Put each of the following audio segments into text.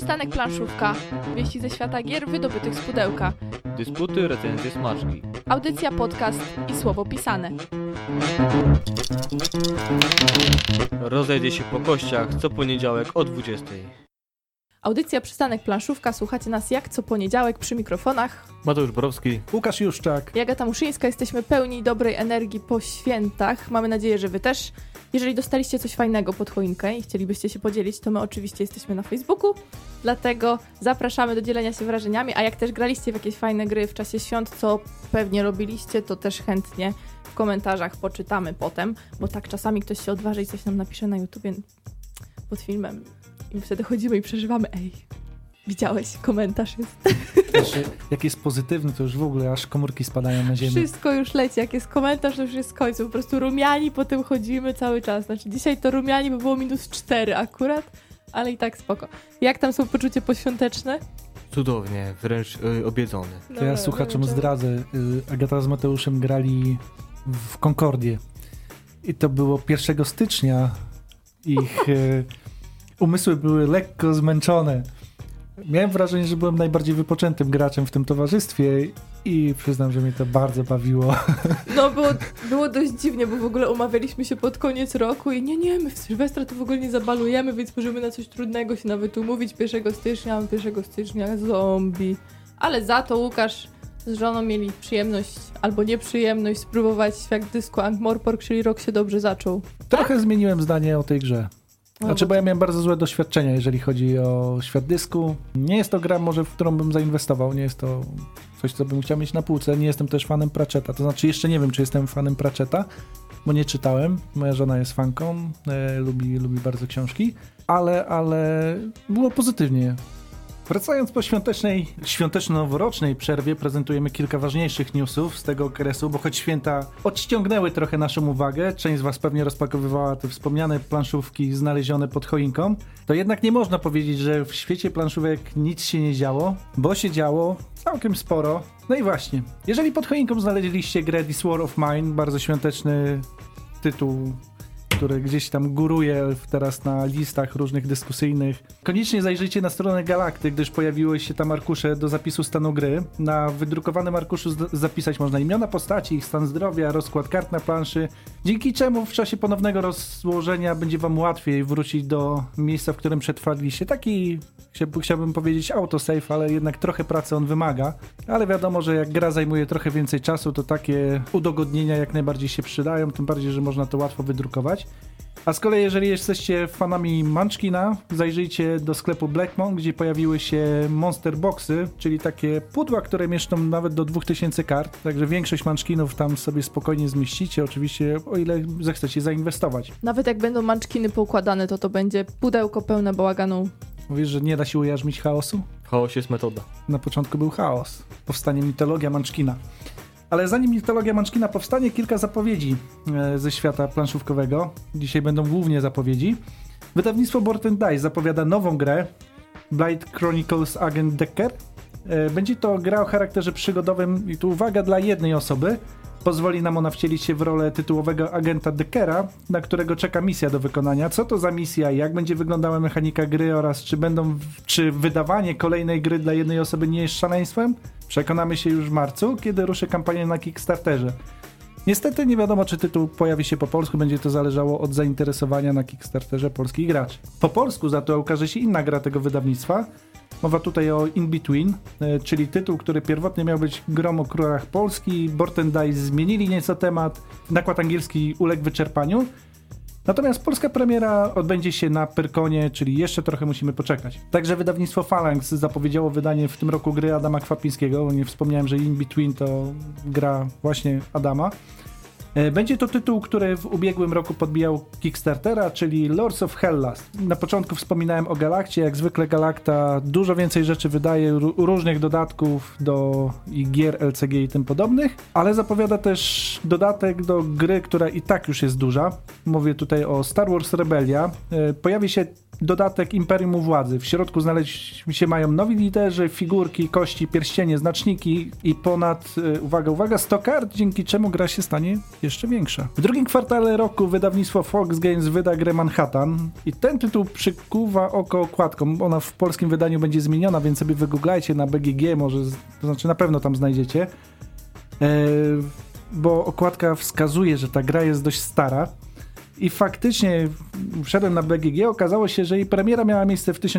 Przystanek Planszówka. Wieści ze świata gier wydobytych z pudełka. Dysputy, recenzje, smaczki. Audycja, podcast i słowo pisane. Rozejdzie się po kościach co poniedziałek o 20:00. Audycja Przystanek Planszówka. Słuchacie nas jak co poniedziałek przy mikrofonach. Mateusz Borowski. Łukasz Juszczak. I Agata Muszyńska. Jesteśmy pełni dobrej energii po świętach. Mamy nadzieję, że wy też. Jeżeli dostaliście coś fajnego pod choinkę i chcielibyście się podzielić, to my oczywiście jesteśmy na Facebooku, dlatego zapraszamy do dzielenia się wrażeniami, a jak też graliście w jakieś fajne gry w czasie świąt, co pewnie robiliście, to też chętnie w komentarzach poczytamy potem, bo tak czasami ktoś się odważy i coś nam napisze na YouTubie pod filmem i wtedy chodzimy i przeżywamy, widziałeś, komentarz jest. Jak jest pozytywny, to już w ogóle aż komórki spadają na ziemię. Wszystko już leci, jak jest komentarz, to już jest końcu. Po prostu rumiani po tym chodzimy cały czas. Znaczy dzisiaj to rumiani by było -4 akurat, ale i tak spoko. Jak tam są poczucie poświąteczne? Cudownie, wręcz obiedzony. To ja słuchaczom zdradzę. Agata z Mateuszem grali w Concordię. I to było 1 stycznia. Ich umysły były lekko zmęczone. Miałem wrażenie, że byłem najbardziej wypoczętym graczem w tym towarzystwie i przyznam, że mnie to bardzo bawiło. No było dość dziwnie, bo w ogóle umawialiśmy się pod koniec roku i my w Sylwestra to w ogóle nie zabalujemy, więc możemy na coś trudnego się nawet umówić 1 stycznia zombie. Ale za to Łukasz z żoną mieli przyjemność albo nieprzyjemność spróbować świat dysku Ankh-Morpork, czyli rok się dobrze zaczął. Trochę zmieniłem zdanie o tej grze. Znaczy, bo ja miałem bardzo złe doświadczenia, jeżeli chodzi o świat dysku. Nie jest to gra może, w którą bym zainwestował, nie jest to coś, co bym chciał mieć na półce. Nie jestem też fanem Pratchetta, to znaczy jeszcze nie wiem, czy jestem fanem Pratchetta, bo nie czytałem. Moja żona jest fanką, lubi bardzo książki, ale było pozytywnie. Wracając po świąteczno-noworocznej przerwie, prezentujemy kilka ważniejszych newsów z tego okresu, bo choć święta odciągnęły trochę naszą uwagę, część z was pewnie rozpakowywała te wspomniane planszówki znalezione pod choinką, to jednak nie można powiedzieć, że w świecie planszówek nic się nie działo, bo się działo całkiem sporo. No i właśnie, jeżeli pod choinką znaleźliście grę This War of Mine, bardzo świąteczny tytuł, który gdzieś tam góruje teraz na listach różnych dyskusyjnych. Koniecznie zajrzyjcie na stronę Galakty, gdyż pojawiły się tam arkusze do zapisu stanu gry. Na wydrukowanym arkuszu zapisać można imiona postaci, ich stan zdrowia, rozkład kart na planszy, dzięki czemu w czasie ponownego rozłożenia będzie wam łatwiej wrócić do miejsca, w którym przetrwaliście. Taki, chciałbym powiedzieć, autosave, ale jednak trochę pracy on wymaga. Ale wiadomo, że jak gra zajmuje trochę więcej czasu, to takie udogodnienia jak najbardziej się przydają, tym bardziej, że można to łatwo wydrukować. A z kolei, jeżeli jesteście fanami Munchkina, zajrzyjcie do sklepu Blackmon, gdzie pojawiły się Monster Boxy, czyli takie pudła, które mieszczą nawet do 2000 kart, także większość Munchkinów tam sobie spokojnie zmieścicie, oczywiście o ile zechcecie zainwestować. Nawet jak będą Munchkiny poukładane, to będzie pudełko pełne bałaganu. Mówisz, że nie da się ujarzmić chaosu? W chaosie jest metoda. Na początku był chaos. Powstanie mitologia Munchkina. Ale zanim mitologia Munchkina powstanie, kilka zapowiedzi ze świata planszówkowego. Dzisiaj będą głównie zapowiedzi. Wydawnictwo Board & Dice zapowiada nową grę Blight Chronicles Agent Decker. Będzie to gra o charakterze przygodowym i tu uwaga, dla jednej osoby. Pozwoli nam ona wcielić się w rolę tytułowego agenta Deckera, na którego czeka misja do wykonania. Co to za misja, jak będzie wyglądała mechanika gry oraz czy wydawanie kolejnej gry dla jednej osoby nie jest szaleństwem? Przekonamy się już w marcu, kiedy ruszy kampania na Kickstarterze. Niestety nie wiadomo, czy tytuł pojawi się po polsku, będzie to zależało od zainteresowania na Kickstarterze polskich graczy. Po polsku za to ukaże się inna gra tego wydawnictwa. Mowa tutaj o In Between, czyli tytuł, który pierwotnie miał być grą o królach Polski. Board & Dice zmienili nieco temat, nakład angielski uległ wyczerpaniu. Natomiast polska premiera odbędzie się na Pyrkonie, czyli jeszcze trochę musimy poczekać. Także wydawnictwo Phalanx zapowiedziało wydanie w tym roku gry Adama Kwapińskiego. Nie wspomniałem, że In Between to gra właśnie Adama. Będzie to tytuł, który w ubiegłym roku podbijał Kickstartera, czyli Lords of Hellas. Na początku wspominałem o Galakcie, jak zwykle Galacta dużo więcej rzeczy wydaje, różnych dodatków do gier LCG i tym podobnych, ale zapowiada też dodatek do gry, która i tak już jest duża. Mówię tutaj o Star Wars Rebellia. Pojawi się dodatek Imperium Władzy. W środku znaleźć się mają nowi liderzy, figurki, kości, pierścienie, znaczniki i ponad, uwaga, 100 kart, dzięki czemu gra się stanie jeszcze większa. W drugim kwartale roku wydawnictwo Fox Games wyda grę Manhattan i ten tytuł przykuwa oko okładką. Ona w polskim wydaniu będzie zmieniona, więc sobie wygooglajcie na BGG, to znaczy na pewno tam znajdziecie. Bo okładka wskazuje, że ta gra jest dość stara i faktycznie wszedłem na BGG, okazało się, że jej premiera miała miejsce w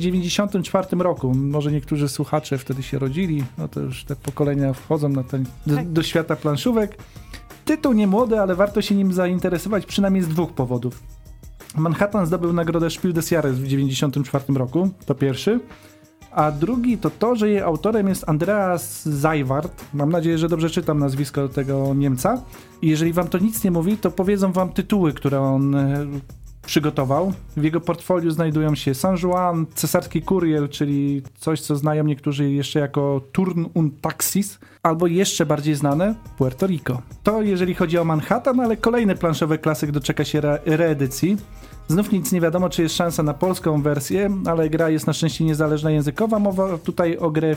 1994 roku. Może niektórzy słuchacze wtedy się rodzili, no to już te pokolenia wchodzą na do świata planszówek. Tytuł nie młody, ale warto się nim zainteresować przynajmniej z dwóch powodów. Manhattan zdobył nagrodę Spiel des Jahres w 1994 roku, to pierwszy. A drugi to, że jej autorem jest Andreas Seiwert. Mam nadzieję, że dobrze czytam nazwisko tego Niemca. I jeżeli wam to nic nie mówi, to powiedzą wam tytuły, które on przygotował. W jego portfolio znajdują się San Juan, Cesarski Kurier, czyli coś, co znają niektórzy jeszcze jako Turn und Taxis, albo jeszcze bardziej znane Puerto Rico. To jeżeli chodzi o Manhattan, ale kolejny planszowy klasyk doczeka się reedycji. Znów nic nie wiadomo, czy jest szansa na polską wersję, ale gra jest na szczęście niezależna językowa. Mowa tutaj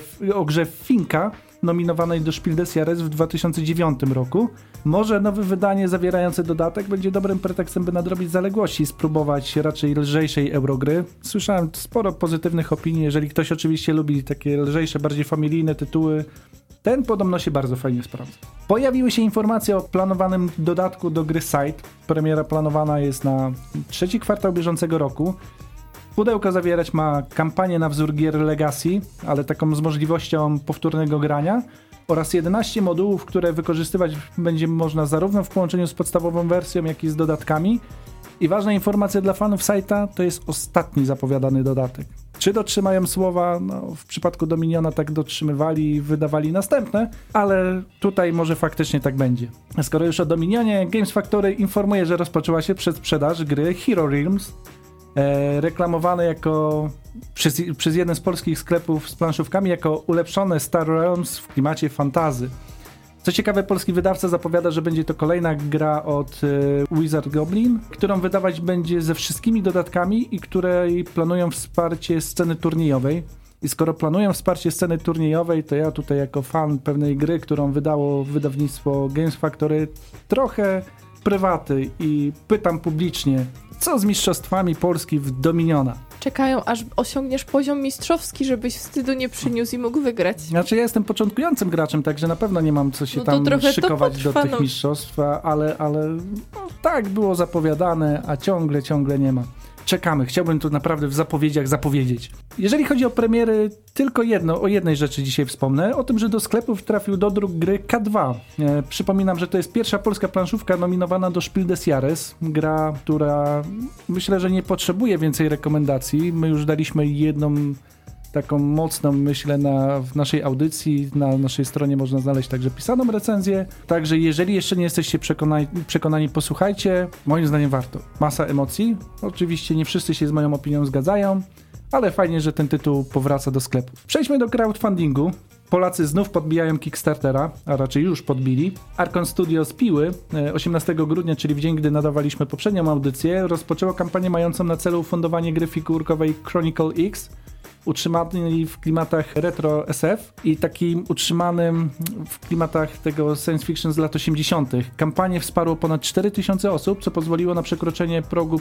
o grze Finka, nominowanej do Spiel des Jahres w 2009 roku. Może nowe wydanie zawierające dodatek będzie dobrym pretekstem, by nadrobić zaległości i spróbować raczej lżejszej eurogry. Słyszałem sporo pozytywnych opinii, jeżeli ktoś oczywiście lubi takie lżejsze, bardziej familijne tytuły. Ten podobno się bardzo fajnie sprawdza. Pojawiły się informacje o planowanym dodatku do gry Side. Premiera planowana jest na trzeci kwartał bieżącego roku. Pudełko zawierać ma kampanię na wzór gier Legacy, ale taką z możliwością powtórnego grania oraz 11 modułów, które wykorzystywać będzie można zarówno w połączeniu z podstawową wersją, jak i z dodatkami. I ważna informacja dla fanów Side'a, to jest ostatni zapowiadany dodatek. Czy dotrzymają słowa? No, w przypadku Dominiona tak dotrzymywali i wydawali następne, ale tutaj może faktycznie tak będzie. Skoro już o Dominionie, Games Factory informuje, że rozpoczęła się przedsprzedaż gry Hero Realms, reklamowane jako przez jeden z polskich sklepów z planszówkami jako ulepszone Star Realms w klimacie fantasy. Co ciekawe, polski wydawca zapowiada, że będzie to kolejna gra od Wizard Goblin, którą wydawać będzie ze wszystkimi dodatkami i której planują wsparcie sceny turniejowej. I skoro planują wsparcie sceny turniejowej, to ja tutaj jako fan pewnej gry, którą wydało wydawnictwo Games Factory, trochę prywaty i pytam publicznie, co z mistrzostwami Polski w Dominiona? Czekają, aż osiągniesz poziom mistrzowski, żebyś wstydu nie przyniósł i mógł wygrać. Znaczy ja jestem początkującym graczem, także na pewno nie mam co się tam szykować do tych mistrzostw, ale no, tak było zapowiadane, a ciągle nie ma. Czekamy. Chciałbym tu naprawdę w zapowiedziach zapowiedzieć. Jeżeli chodzi o premiery, tylko o jednej rzeczy dzisiaj wspomnę. O tym, że do sklepów trafił dodruk gry K2. Przypominam, że to jest pierwsza polska planszówka nominowana do Spiel des Jahres. Gra, która myślę, że nie potrzebuje więcej rekomendacji. My już daliśmy jedną taką mocną, myślę, w naszej audycji. Na naszej stronie można znaleźć także pisaną recenzję. Także jeżeli jeszcze nie jesteście przekonani, posłuchajcie. Moim zdaniem warto. Masa emocji. Oczywiście nie wszyscy się z moją opinią zgadzają, ale fajnie, że ten tytuł powraca do sklepów. Przejdźmy do crowdfundingu. Polacy znów podbijają Kickstartera, a raczej już podbili. Arkon Studio z Piły 18 grudnia, czyli w dzień, gdy nadawaliśmy poprzednią audycję, rozpoczęło kampanię mającą na celu ufundowanie gry figurkowej Chronicle X, utrzymanej w klimatach retro SF i takim utrzymanym w klimatach tego science fiction z lat 80. Kampanię wsparło ponad 4000 osób, co pozwoliło na przekroczenie progu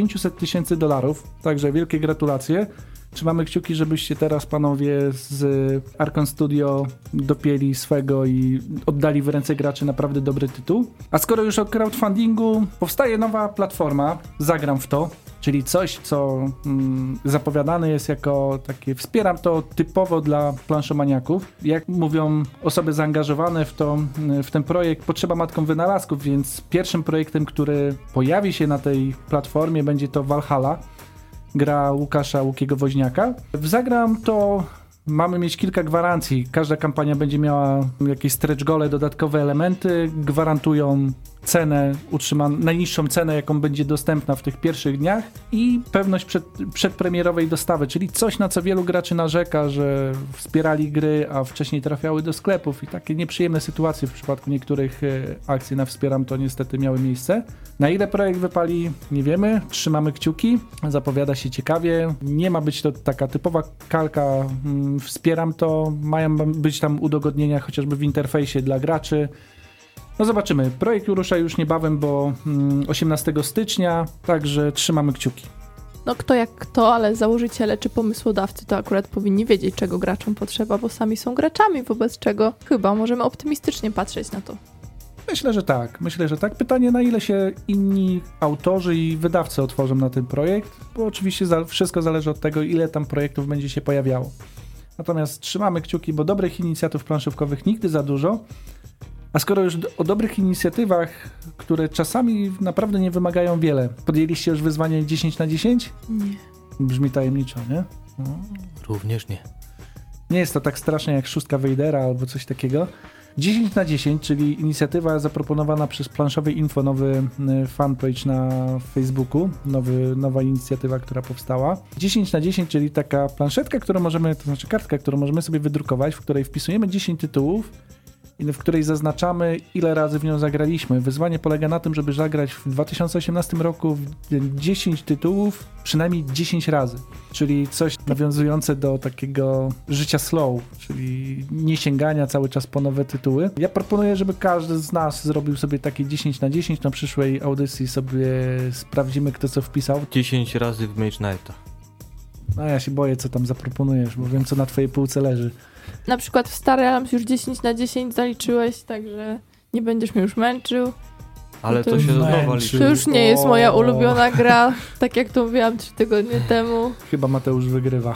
$500,000, także wielkie gratulacje. Trzymamy kciuki, żebyście teraz, panowie z Arkon Studio, dopięli swego i oddali w ręce graczy naprawdę dobry tytuł. A skoro już o crowdfundingu, powstaje nowa platforma, Zagram w to, czyli coś, co zapowiadane jest jako takie, wspieram to typowo dla planszomaniaków. Jak mówią osoby zaangażowane w ten projekt, potrzeba matką wynalazków, więc pierwszym projektem, który pojawi się na tej platformie, będzie to Valhalla, gra Łukasza Łukiego-Woźniaka. W Zagram to mamy mieć kilka gwarancji. Każda kampania będzie miała jakieś stretch goale, dodatkowe elementy. Gwarantują cenę, utrzyma najniższą cenę, jaką będzie dostępna w tych pierwszych dniach i pewność przedpremierowej dostawy, czyli coś, na co wielu graczy narzeka, że wspierali gry, a wcześniej trafiały do sklepów i takie nieprzyjemne sytuacje w przypadku niektórych akcji na Wspieram to niestety miały miejsce. Na ile projekt wypali, nie wiemy, trzymamy kciuki, zapowiada się ciekawie, nie ma być to taka typowa kalka Wspieram to, mają być tam udogodnienia chociażby w interfejsie dla graczy. No zobaczymy, projekt rusza już niebawem, bo 18 stycznia, także trzymamy kciuki. No kto jak kto, ale założyciele czy pomysłodawcy to akurat powinni wiedzieć, czego graczom potrzeba, bo sami są graczami, wobec czego chyba możemy optymistycznie patrzeć na to. Myślę, że tak. Pytanie, na ile się inni autorzy i wydawcy otworzą na ten projekt, bo oczywiście wszystko zależy od tego, ile tam projektów będzie się pojawiało. Natomiast trzymamy kciuki, bo dobrych inicjatyw planszówkowych nigdy za dużo. A skoro już o dobrych inicjatywach, które czasami naprawdę nie wymagają wiele, podjęliście już wyzwanie 10/10? Nie. Brzmi tajemniczo, nie? No. Również nie. Nie jest to tak strasznie jak 6 Wejdera albo coś takiego. 10/10, czyli inicjatywa zaproponowana przez Planszowe Info, nowy fanpage na Facebooku, nowa inicjatywa, która powstała. 10/10, czyli taka planszetka, kartka, którą możemy sobie wydrukować, w której wpisujemy 10 tytułów, w której zaznaczamy, ile razy w nią zagraliśmy. Wyzwanie polega na tym, żeby zagrać w 2018 roku w 10 tytułów przynajmniej 10 razy. Czyli coś nawiązujące do takiego życia slow, czyli nie sięgania cały czas po nowe tytuły. Ja proponuję, żeby każdy z nas zrobił sobie takie 10/10. Na przyszłej audycji sobie sprawdzimy, kto co wpisał. 10 razy w Mage Knighta. No ja się boję, co tam zaproponujesz, bo wiem, co na twojej półce leży. Na przykład w Star Realms już 10/10 zaliczyłeś, także nie będziesz mnie już męczył. Ale to się znowu liczy. To już nie jest moja ulubiona gra, tak jak to mówiłam 3 tygodnie temu. Chyba Mateusz wygrywa.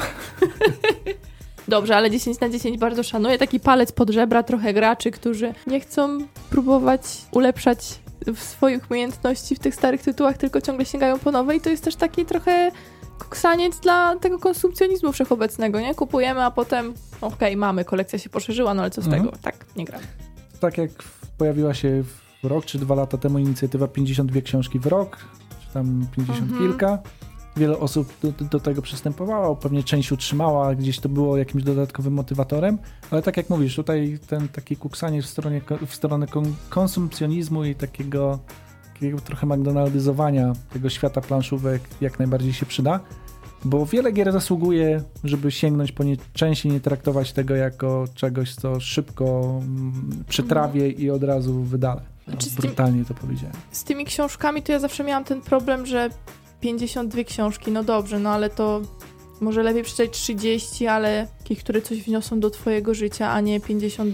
Dobrze, ale 10/10 bardzo szanuję. Taki palec pod żebra trochę graczy, którzy nie chcą próbować ulepszać swoich umiejętności w tych starych tytułach, tylko ciągle sięgają po nowe i to jest też taki trochę koksaniec dla tego konsumpcjonizmu wszechobecnego, nie? Kupujemy, a potem mamy, kolekcja się poszerzyła, no ale co z tego? Tak, nie gram. Tak jak pojawiła się rok czy 2 lata temu inicjatywa 52 książki w rok, czy tam 50 kilka. Wiele osób do tego przystępowało, pewnie część utrzymała, gdzieś to było jakimś dodatkowym motywatorem, ale tak jak mówisz, tutaj ten taki kuksaniec w stronę konsumpcjonizmu i takiego trochę McDonaldyzowania tego świata planszówek jak najbardziej się przyda, bo wiele gier zasługuje, żeby sięgnąć po nie częściej, nie traktować tego jako czegoś, co szybko przetrawię i od razu wydalę. Brutalnie to powiedziałem. Z tymi książkami to ja zawsze miałam ten problem, że 52 książki, no dobrze, no ale to może lepiej przeczytać 30, ale takich, które coś wniosą do twojego życia, a nie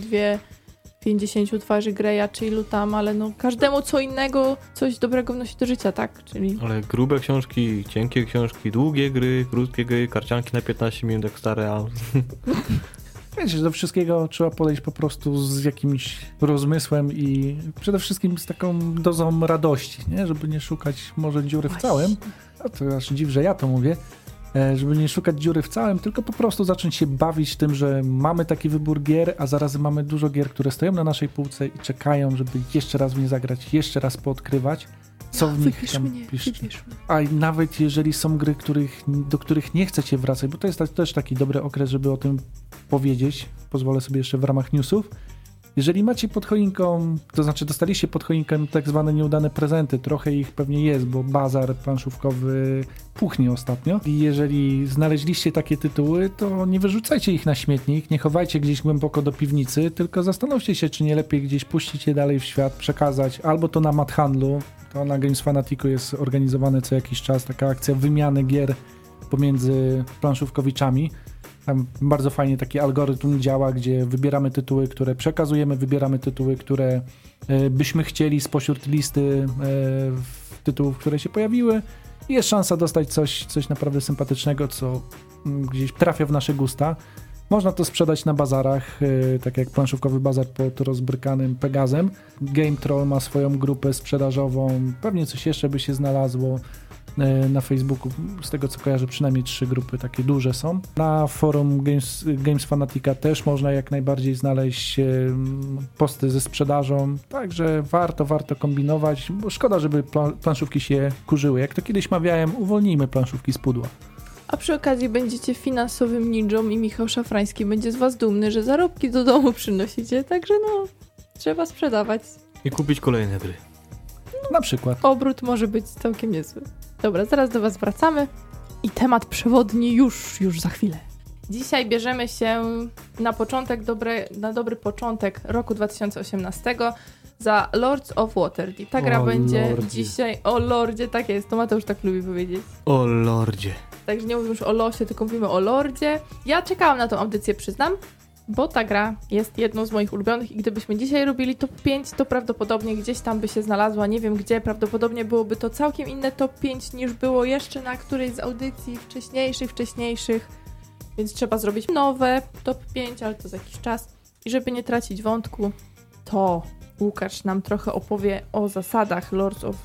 50 twarzy Greya, czy ilu tam, ale no każdemu co innego coś dobrego wnosi do życia, tak? Czyli... Ale grube książki, cienkie książki, długie gry, krótkie gry, karcianki na 15 minut jak stare, a... Wiecie, do wszystkiego trzeba podejść po prostu z jakimś rozmysłem i przede wszystkim z taką dozą radości, nie? Żeby nie szukać może dziury w całym, a to aż dziw, że ja to mówię, żeby nie szukać dziury w całym, tylko po prostu zacząć się bawić tym, że mamy taki wybór gier, a zarazem mamy dużo gier, które stoją na naszej półce i czekają, żeby jeszcze raz w nie zagrać, jeszcze raz poodkrywać, co w nich tam pisze. A nawet jeżeli są gry, do których nie chcecie wracać, bo to jest też taki dobry okres, żeby o tym powiedzieć, pozwolę sobie jeszcze w ramach newsów. Jeżeli macie pod choinką, to znaczy dostaliście pod choinką tak zwane nieudane prezenty, trochę ich pewnie jest, bo bazar planszówkowy puchnie ostatnio. I jeżeli znaleźliście takie tytuły, to nie wyrzucajcie ich na śmietnik, nie chowajcie gdzieś głęboko do piwnicy, tylko zastanówcie się, czy nie lepiej gdzieś puścić je dalej w świat, przekazać, albo to na Madhandlu, to na Games Fanaticu jest organizowane co jakiś czas taka akcja wymiany gier pomiędzy planszówkowiczami. Tam bardzo fajnie taki algorytm działa, gdzie wybieramy tytuły, które przekazujemy, wybieramy tytuły, które byśmy chcieli spośród listy tytułów, które się pojawiły i jest szansa dostać coś naprawdę sympatycznego, co gdzieś trafia w nasze gusta. Można to sprzedać na bazarach, tak jak planszówkowy bazar pod rozbrykanym Pegazem. Game Troll ma swoją grupę sprzedażową, pewnie coś jeszcze by się znalazło. na Facebooku. Z tego co kojarzę, przynajmniej 3 grupy takie duże są. Na forum Games Fanatica też można jak najbardziej znaleźć posty ze sprzedażą, także warto kombinować, bo szkoda, żeby planszówki się kurzyły. Jak to kiedyś mawiałem, uwolnijmy planszówki z pudła. A przy okazji będziecie finansowym ninją i Michał Szafrański będzie z was dumny, że zarobki do domu przynosicie, także trzeba sprzedawać. I kupić kolejne gry. Na przykład. Obrót może być całkiem niezły. Dobra, zaraz do was wracamy i temat przewodni już za chwilę. Dzisiaj bierzemy się na dobry początek roku 2018 za Lords of Waterdeep. Ta gra będzie Lordzie. dzisiaj o Lordzie, tak jest, to Mateusz tak lubi powiedzieć. O lordzie. Także nie mówimy już o losie, tylko mówimy o Lordzie. Ja czekałam na tą audycję, przyznam, bo ta gra jest jedną z moich ulubionych i gdybyśmy dzisiaj robili top 5, to prawdopodobnie gdzieś tam by się znalazła, nie wiem gdzie, prawdopodobnie byłoby to całkiem inne top 5 niż było jeszcze na którejś z audycji wcześniejszych, więc trzeba zrobić nowe top 5, ale to za jakiś czas. I żeby nie tracić wątku, to Łukasz nam trochę opowie o zasadach Lords of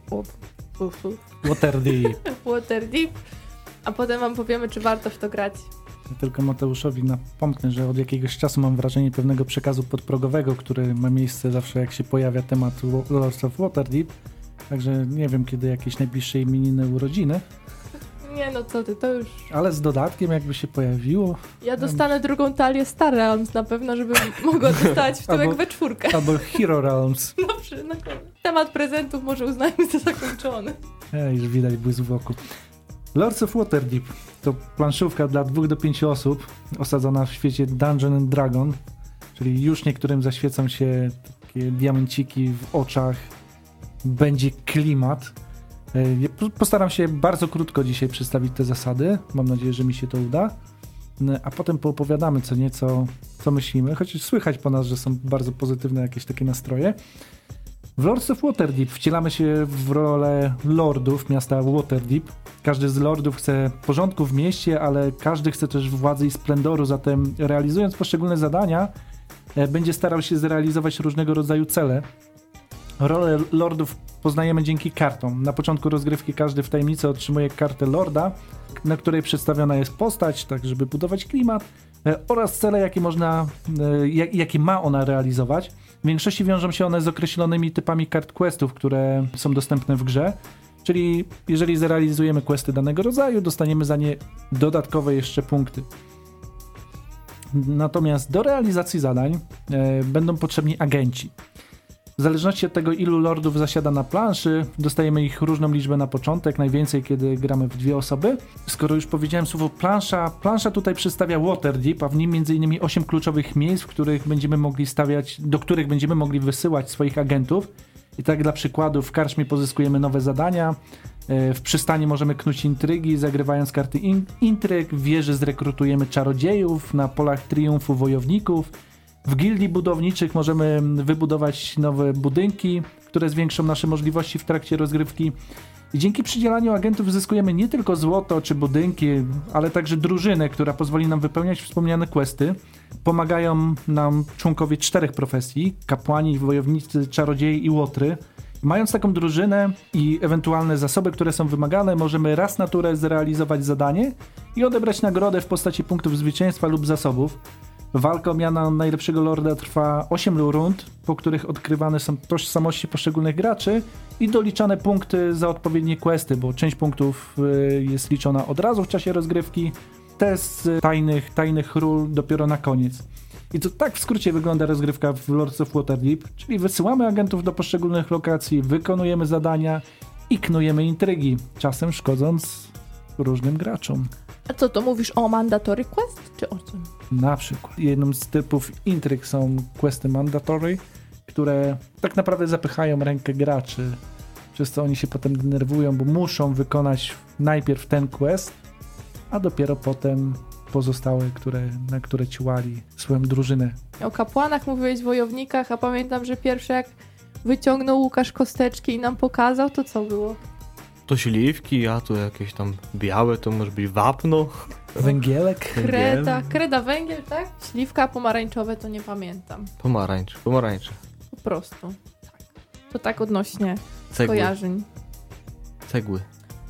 Waterdeep, a potem wam powiemy, czy warto w to grać. Ja tylko Mateuszowi napomknę, że od jakiegoś czasu mam wrażenie pewnego przekazu podprogowego, który ma miejsce zawsze jak się pojawia temat Lords of Waterdeep. Także nie wiem, kiedy jakieś najbliższe imieniny, urodziny. Nie no co ty, to już... Ale z dodatkiem jakby się pojawiło. Ja dostanę drugą talię Star Realms na pewno, żeby mogła dostać w tyłek we czwórkę. Albo Hero Realms. No koniec. Temat prezentów może uznajmy za zakończony. Już widać błysk w oku. Lords of Waterdeep to planszówka dla 2 do 5 osób osadzona w świecie Dungeon and Dragon, czyli już niektórym zaświecą się takie diamenciki w oczach, będzie klimat. Postaram się bardzo krótko dzisiaj przedstawić te zasady, mam nadzieję, że mi się to uda, a potem poopowiadamy co nieco, co myślimy, chociaż słychać po nas, że są bardzo pozytywne jakieś takie nastroje. W Lords of Waterdeep wcielamy się w rolę lordów miasta Waterdeep. Każdy z lordów chce porządku w mieście, ale każdy chce też władzy i splendoru, zatem realizując poszczególne zadania, będzie starał się zrealizować różnego rodzaju cele. Rolę lordów poznajemy dzięki kartom. Na początku rozgrywki każdy w tajemnicy otrzymuje kartę lorda, na której przedstawiona jest postać, tak żeby budować klimat, oraz cele, jakie ma ona realizować. W większości wiążą się one z określonymi typami kart questów, które są dostępne w grze, czyli jeżeli zrealizujemy questy danego rodzaju, dostaniemy za nie dodatkowe jeszcze punkty. Natomiast do realizacji zadań będą potrzebni agenci. W zależności od tego, ilu lordów zasiada na planszy, dostajemy ich różną liczbę na początek, najwięcej kiedy gramy w 2 osoby. Skoro już powiedziałem słowo plansza tutaj przedstawia Waterdeep, a w nim m.in. 8 kluczowych miejsc, do których będziemy mogli wysyłać swoich agentów. I tak dla przykładu w karczmie pozyskujemy nowe zadania, w przystani możemy knuć intrygi, zagrywając karty intryg, w wieży zrekrutujemy czarodziejów, na polach triumfu wojowników. W gildii budowniczych możemy wybudować nowe budynki, które zwiększą nasze możliwości w trakcie rozgrywki. I dzięki przydzielaniu agentów zyskujemy nie tylko złoto czy budynki, ale także drużynę, która pozwoli nam wypełniać wspomniane questy. Pomagają nam członkowie 4 profesji: kapłani, wojownicy, czarodzieje i łotry. Mając taką drużynę i ewentualne zasoby, które są wymagane, możemy raz na turę zrealizować zadanie i odebrać nagrodę w postaci punktów zwycięstwa lub zasobów. Walka o miano najlepszego lorda trwa 8 rund, po których odkrywane są tożsamości poszczególnych graczy i doliczane punkty za odpowiednie questy, bo część punktów jest liczona od razu w czasie rozgrywki, te z tajnych ról dopiero na koniec. I to tak w skrócie wygląda rozgrywka w Lords of Waterdeep, czyli wysyłamy agentów do poszczególnych lokacji, wykonujemy zadania i knujemy intrygi, czasem szkodząc różnym graczom. A co, to mówisz o mandatory quest, czy o czym? Na przykład. Jednym z typów intryg są questy mandatory, które tak naprawdę zapychają rękę graczy, przez co oni się potem denerwują, bo muszą wykonać najpierw ten quest, a dopiero potem pozostałe, na które ciłali swoją drużynę. O kapłanach mówiłeś, wojownikach, a pamiętam, że pierwsze jak wyciągnął Łukasz kosteczki i nam pokazał, to co było? To śliwki, a tu jakieś tam białe, to może być wapno. Węgielek? Kreda, węgiel, tak? Śliwka, pomarańczowe to nie pamiętam. Pomarańcze. Po prostu. Tak. To tak odnośnie Cegły. skojarzeń. Cegły.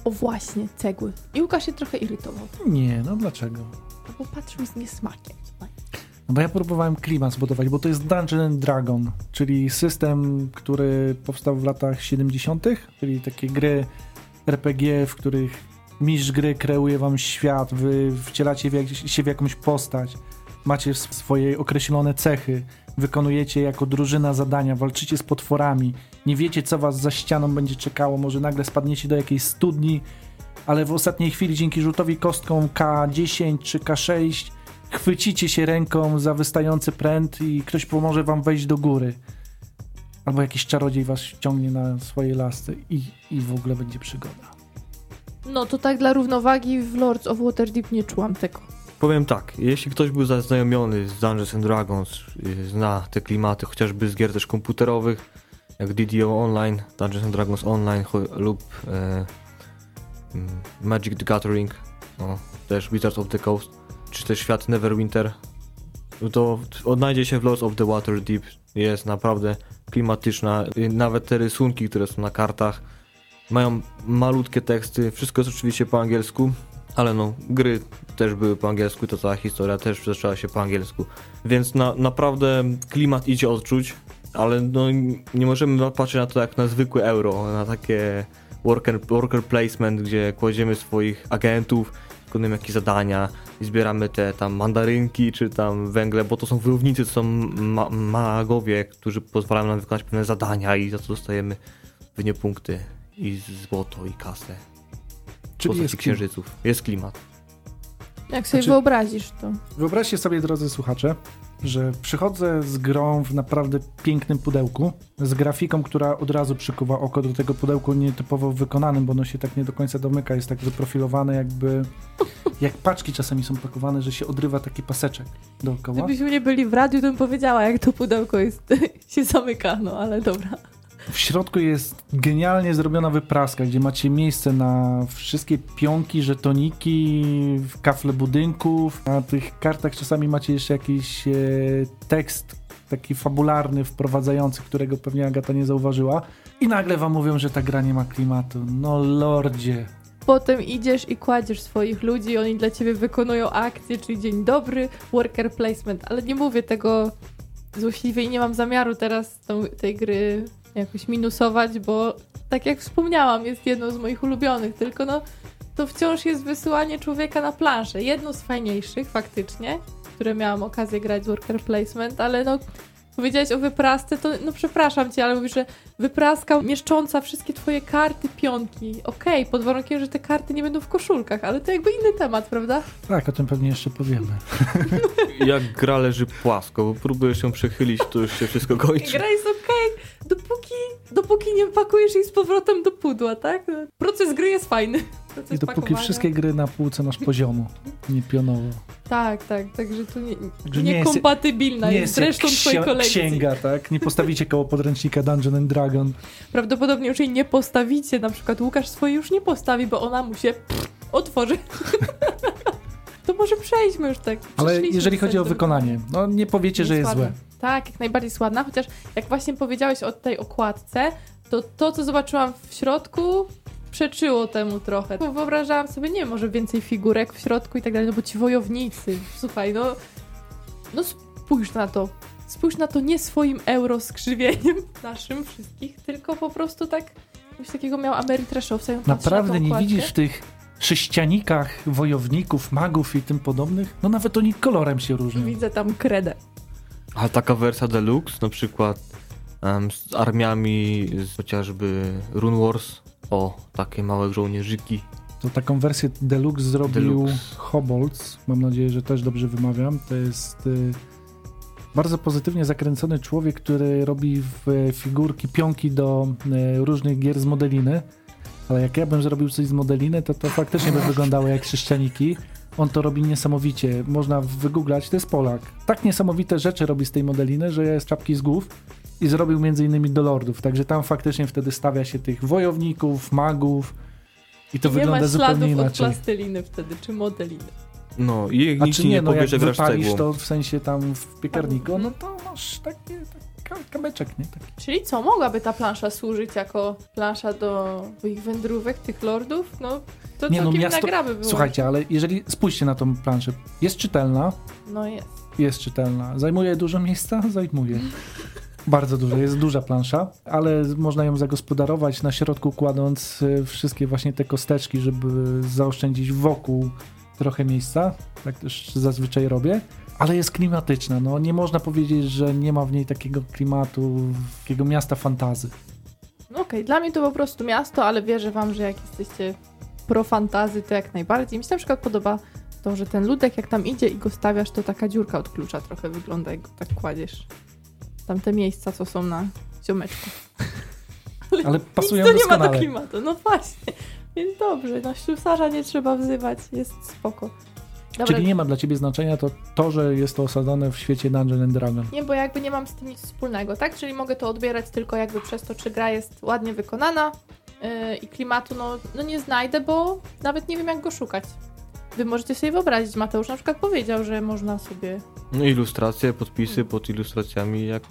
O właśnie, cegły. I Łukasz się trochę irytował. Nie, no dlaczego? Bo patrzył z niesmakiem. No bo ja próbowałem klimat zbudować, bo to jest Dungeon and Dragon, czyli system, który powstał w latach 70., czyli takie gry RPG, w których mistrz gry kreuje wam świat, wy wcielacie się w jakąś postać, macie swoje określone cechy, wykonujecie jako drużyna zadania, walczycie z potworami, nie wiecie, co was za ścianą będzie czekało, może nagle spadniecie do jakiejś studni, ale w ostatniej chwili dzięki rzutowi kostką K10 czy K6 chwycicie się ręką za wystający pręt i ktoś pomoże wam wejść do góry. Albo jakiś czarodziej was ściągnie na swoje lasce i w ogóle będzie przygoda. No to tak dla równowagi w Lords of Waterdeep nie czułam tego. Powiem tak, jeśli ktoś był zaznajomiony z Dungeons and Dragons, zna te klimaty chociażby z gier też komputerowych, jak DDO Online, Dungeons and Dragons Online lub Magic the Gathering, no, też Wizards of the Coast, czy też świat Neverwinter, to odnajdzie się w Lords of the Waterdeep. Jest naprawdę klimatyczna. Nawet te rysunki, które są na kartach, mają malutkie teksty. Wszystko jest oczywiście po angielsku, ale no, gry też były po angielsku, to cała historia też zaczęła się po angielsku. Więc naprawdę klimat idzie odczuć, ale no, nie możemy patrzeć na to jak na zwykłe euro, na takie worker placement, gdzie kładziemy swoich agentów, wykonujemy jakieś zadania i zbieramy te tam mandarynki czy tam węgle, bo to są wojownicy, to są magowie, którzy pozwalają nam wykonać pewne zadania i za to dostajemy pewnie punkty i złoto i kasę. Czyli jest księżyców. Jest klimat. Jak sobie wyobrazisz to. Wyobraźcie sobie, drodzy słuchacze, że przychodzę z grą w naprawdę pięknym pudełku, z grafiką, która od razu przykuwa oko, do tego pudełku nietypowo wykonanym, bo ono się tak nie do końca domyka, jest tak wyprofilowane jakby, jak paczki czasami są pakowane, że się odrywa taki paseczek dookoła. Gdybyśmy nie byli w radiu, to bym powiedziała, jak to pudełko jest, się zamyka, no ale dobra. W środku jest genialnie zrobiona wypraska, gdzie macie miejsce na wszystkie pionki, żetoniki, kafle budynków. Na tych kartach czasami macie jeszcze jakiś tekst taki fabularny, wprowadzający, którego pewnie Agata nie zauważyła. I nagle wam mówią, że ta gra nie ma klimatu. No lordzie. Potem idziesz i kładziesz swoich ludzi i oni dla ciebie wykonują akcję, czyli dzień dobry, worker placement. Ale nie mówię tego złośliwie i nie mam zamiaru teraz tej gry jakoś minusować, bo tak jak wspomniałam, jest jedną z moich ulubionych, tylko no to wciąż jest wysyłanie człowieka na planszę. Jedną z fajniejszych faktycznie, które miałam okazję grać z worker placement, ale no powiedziałeś o wyprasce, to no przepraszam cię, ale mówisz, że wypraska mieszcząca wszystkie twoje karty, pionki. Okej, pod warunkiem, że te karty nie będą w koszulkach, ale to jakby inny temat, prawda? Tak, o tym pewnie jeszcze powiemy. Jak gra leży płasko, bo próbujesz ją przechylić, to już się wszystko kończy. Gra jest dopóki nie pakujesz jej z powrotem do pudła, tak? Proces gry jest fajny. I dopóki wszystkie gry na półce masz poziomu, nie pionowo. Tak, także tu niekompatybilna jest zresztą twojej kolekcji. Księga, tak? Nie postawicie koło podręcznika Dungeon and Dragon. Prawdopodobnie już jej nie postawicie, na przykład Łukasz swojej już nie postawi, bo ona mu się otworzy. To może przejdźmy już tak. Ale jeżeli chodzi o wykonanie, no nie powiecie, że jest złe. Tak, jak najbardziej jest ładna, chociaż jak właśnie powiedziałeś o tej okładce, to co zobaczyłam w środku przeczyło temu trochę. Bo wyobrażałam sobie, nie wiem, może więcej figurek w środku i tak dalej, no bo ci wojownicy, słuchaj, no spójrz na to nie swoim euro skrzywieniem naszym wszystkich, tylko po prostu tak, coś takiego miał Ameritrashowca. Naprawdę nie widzisz w tych sześcianikach wojowników, magów i tym podobnych? No nawet oni kolorem się różnią. Widzę tam kredę. A taka wersja deluxe, na przykład z armiami chociażby Rune Wars, takie małe żołnierzyki. To taką wersję deluxe zrobił Hobolds, mam nadzieję, że też dobrze wymawiam. To jest bardzo pozytywnie zakręcony człowiek, który robi figurki, pionki do różnych gier z modeliny. Ale jak ja bym zrobił coś z modeliny, to faktycznie by wyglądało jak sześcianiki. On to robi niesamowicie. Można wygooglać, to jest Polak. Tak niesamowite rzeczy robi z tej modeliny, że jest czapki z głów i zrobił m.in. do lordów. Także tam faktycznie wtedy stawia się tych wojowników, magów i to wygląda zupełnie inaczej. Nie ma śladów od plasteliny wtedy, czy modeliny. No i nikt ci nie powie, jak że grasz wypalisz cegłą. to w sensie tam w piekarniku, no to masz takie kamyczek, nie? Taki. Czyli co, mogłaby ta plansza służyć jako plansza do ich wędrówek, tych lordów? No, to Nie, całkiem miasto... nagraby było. Słuchajcie, ale jeżeli spójrzcie na tą planszę, jest czytelna. No jest. Jest czytelna. Zajmuje dużo miejsca? Zajmuje. Bardzo dużo, jest duża plansza, ale można ją zagospodarować na środku, kładąc wszystkie właśnie te kosteczki, żeby zaoszczędzić wokół trochę miejsca. Tak też zazwyczaj robię. Ale jest klimatyczna. No, nie można powiedzieć, że nie ma w niej takiego klimatu, takiego miasta fantazy. No okej, dla mnie to po prostu miasto, ale wierzę wam, że jak jesteście pro fantazy, to jak najbardziej. Mi się na przykład podoba to, że ten ludek jak tam idzie i go stawiasz, to taka dziurka od klucza trochę wygląda, jak go tak kładziesz. Tamte miejsca, co są na ziomeczku. Ale pasują nic to nie ma doskonale. do klimatu, no właśnie. Więc dobrze, no ślusarza nie trzeba wzywać, jest spoko. Dobra, Czyli nie ma dla ciebie znaczenia to, że jest to osadzone w świecie Dungeons and Dragons. nie, bo jakby nie mam z tym nic wspólnego, tak? Czyli mogę to odbierać tylko jakby przez to, czy gra jest ładnie wykonana i klimatu no nie znajdę, bo nawet nie wiem, jak go szukać. Wy możecie sobie wyobrazić, Mateusz na przykład powiedział, że można sobie... No, ilustracje, podpisy pod ilustracjami, jak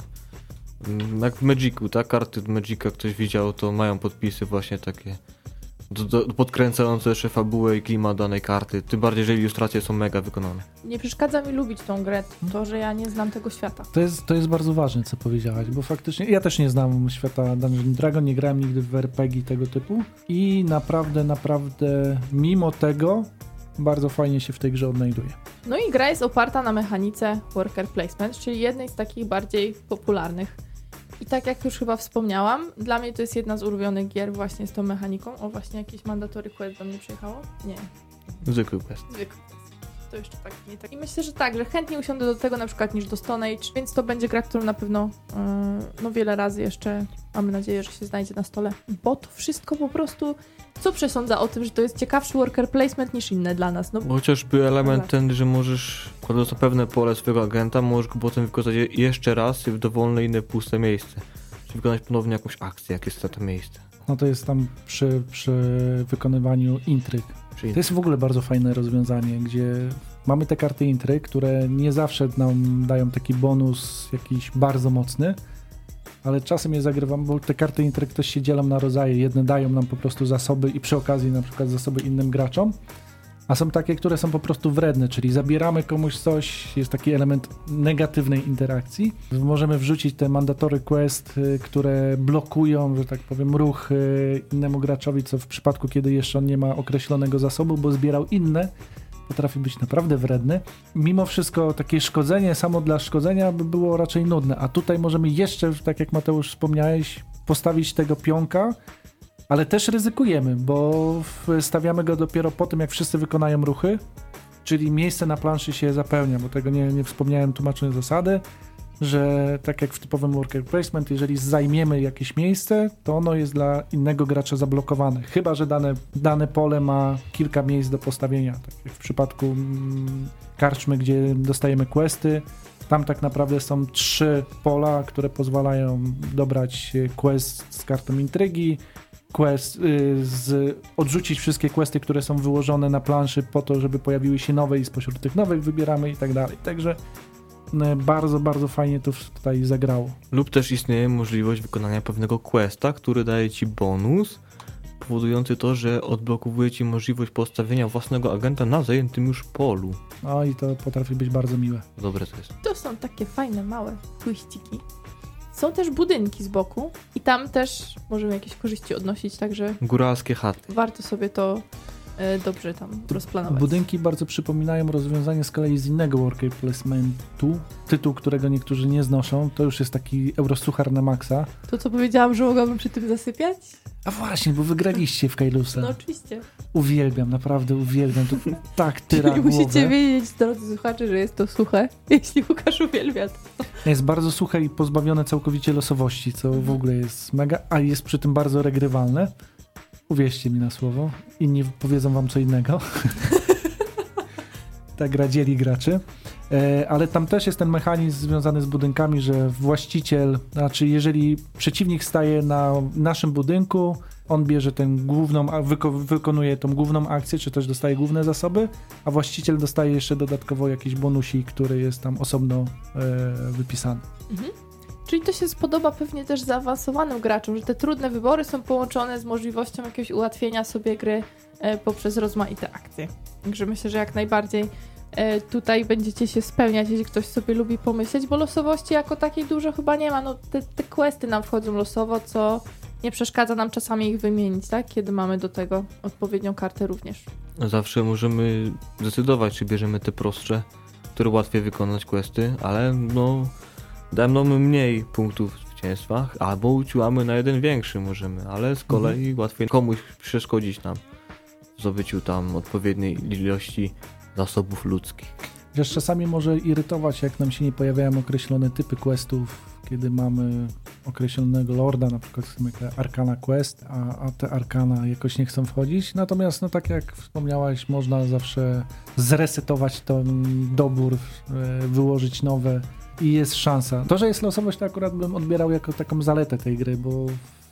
w Magicu, tak? Karty z Magica ktoś widział, to mają podpisy właśnie takie podkręcające jeszcze fabułę i klimat danej karty. Tym bardziej, że ilustracje są mega wykonane. Nie przeszkadza mi lubić tą grę, to, że ja nie znam tego świata. To jest bardzo ważne, co powiedziałaś, bo faktycznie ja też nie znam świata Dungeons Dragon, nie grałem nigdy w RPG tego typu i naprawdę mimo tego bardzo fajnie się w tej grze odnajduję. No i gra jest oparta na mechanice worker placement, czyli jednej z takich bardziej popularnych. I tak jak już chyba wspomniałam, dla mnie to jest jedna z ulubionych gier właśnie z tą mechaniką. O, właśnie jakieś mandatory quest do mnie przyjechało? Nie, Zwykły quest. zwykły quest. To jeszcze tak, nie tak. I myślę, że tak, że chętnie usiądę do tego na przykład niż do Stone Age, więc to będzie gra, którą na pewno no wiele razy jeszcze mamy nadzieję, że się znajdzie na stole. Bo to wszystko po prostu, co przesądza o tym, że to jest ciekawszy worker placement niż inne dla nas. No, Chociażby element Dobra. ten, że możesz, kładąc na pewne pole swojego agenta, możesz go potem wykorzystać jeszcze raz w dowolne inne puste miejsce. Czyli wykonać ponownie jakąś akcję, jak jest to miejsce. No to jest tam przy wykonywaniu intryg. Czyli To jest w ogóle bardzo fajne rozwiązanie, gdzie mamy te karty intryg, które nie zawsze nam dają taki bonus jakiś bardzo mocny, ale czasem je zagrywam, bo te karty intryg też się dzielą na rodzaje. Jedne dają nam po prostu zasoby i przy okazji na przykład zasoby innym graczom, a są takie, które są po prostu wredne, czyli zabieramy komuś coś, jest taki element negatywnej interakcji. Możemy wrzucić te mandatory quest, które blokują, że tak powiem, ruch innemu graczowi, co w przypadku, kiedy jeszcze on nie ma określonego zasobu, bo zbierał inne, potrafi być naprawdę wredny. Mimo wszystko takie szkodzenie samo dla szkodzenia by było raczej nudne, a tutaj możemy jeszcze, tak jak Mateusz wspomniałeś, postawić tego pionka, ale też ryzykujemy, bo stawiamy go dopiero po tym, jak wszyscy wykonają ruchy, czyli miejsce na planszy się zapełnia, bo tego nie wspomniałem tłumacząc zasady, że tak jak w typowym worker placement, jeżeli zajmiemy jakieś miejsce, to ono jest dla innego gracza zablokowane, chyba że dane pole ma kilka miejsc do postawienia, tak jak w przypadku karczmy, gdzie dostajemy questy. Tam tak naprawdę są 3 pola, które pozwalają dobrać quest z kartą intrygi, odrzucić wszystkie questy, które są wyłożone na planszy po to, żeby pojawiły się nowe i spośród tych nowych wybieramy i tak dalej. Także bardzo, bardzo fajnie to tutaj zagrało. lub też istnieje możliwość wykonania pewnego questa, który daje ci bonus, powodujący to, że odblokowuje ci możliwość postawienia własnego agenta na zajętym już polu. No i to potrafi być bardzo miłe. Dobre to jest. to są takie fajne, małe twiściki. Są też budynki z boku i tam też możemy jakieś korzyści odnosić, także Góralskie chaty. warto sobie to dobrze tam rozplanować. Budynki bardzo przypominają rozwiązanie z kolei z innego worker placementu, tytuł, którego niektórzy nie znoszą. To już jest taki eurosuchar na maksa. To, co powiedziałam, że mogłabym przy tym zasypiać? A właśnie, bo wygraliście w Kailusa. No oczywiście. Uwielbiam, naprawdę uwielbiam. To tak tyra Czyli głowę. musicie wiedzieć, drodzy słuchacze, że jest to suche, jeśli Łukasz uwielbia to. Jest bardzo suche i pozbawione całkowicie losowości, co w ogóle jest mega, a jest przy tym bardzo regrywalne. Uwierzcie mi na słowo. Inni powiedzą wam co innego. Tak dzieli graczy. Ale tam też jest ten mechanizm związany z budynkami, że właściciel, znaczy jeżeli przeciwnik staje na naszym budynku, on bierze tę główną, wykonuje tą główną akcję, czy też dostaje główne zasoby, a właściciel dostaje jeszcze dodatkowo jakiś bonusik, który jest tam osobno wypisany. Mhm. Czyli to się spodoba pewnie też zaawansowanym graczom, że te trudne wybory są połączone z możliwością jakiegoś ułatwienia sobie gry poprzez rozmaite akcje. Także myślę, że jak najbardziej tutaj będziecie się spełniać, jeśli ktoś sobie lubi pomyśleć, bo losowości jako takiej dużo chyba nie ma. No te questy nam wchodzą losowo, co nie przeszkadza nam czasami ich wymienić, tak? Kiedy mamy do tego odpowiednią kartę również. Zawsze możemy zdecydować, czy bierzemy te prostsze, które łatwiej wykonać questy, ale no dają nam mniej punktów zwycięstwa, albo uciłamy na jeden większy możemy, ale z kolei łatwiej komuś przeszkodzić nam w zdobyciu tam odpowiedniej ilości zasobów ludzkich. Wiesz, czasami może irytować, jak nam się nie pojawiają określone typy questów, kiedy mamy określonego lorda, na przykład Arcana Quest, a te Arcana jakoś nie chcą wchodzić. Natomiast, no tak jak wspomniałaś, można zawsze zresetować ten dobór, wyłożyć nowe i jest szansa. To, że jest losowość, to akurat bym odbierał jako taką zaletę tej gry, bo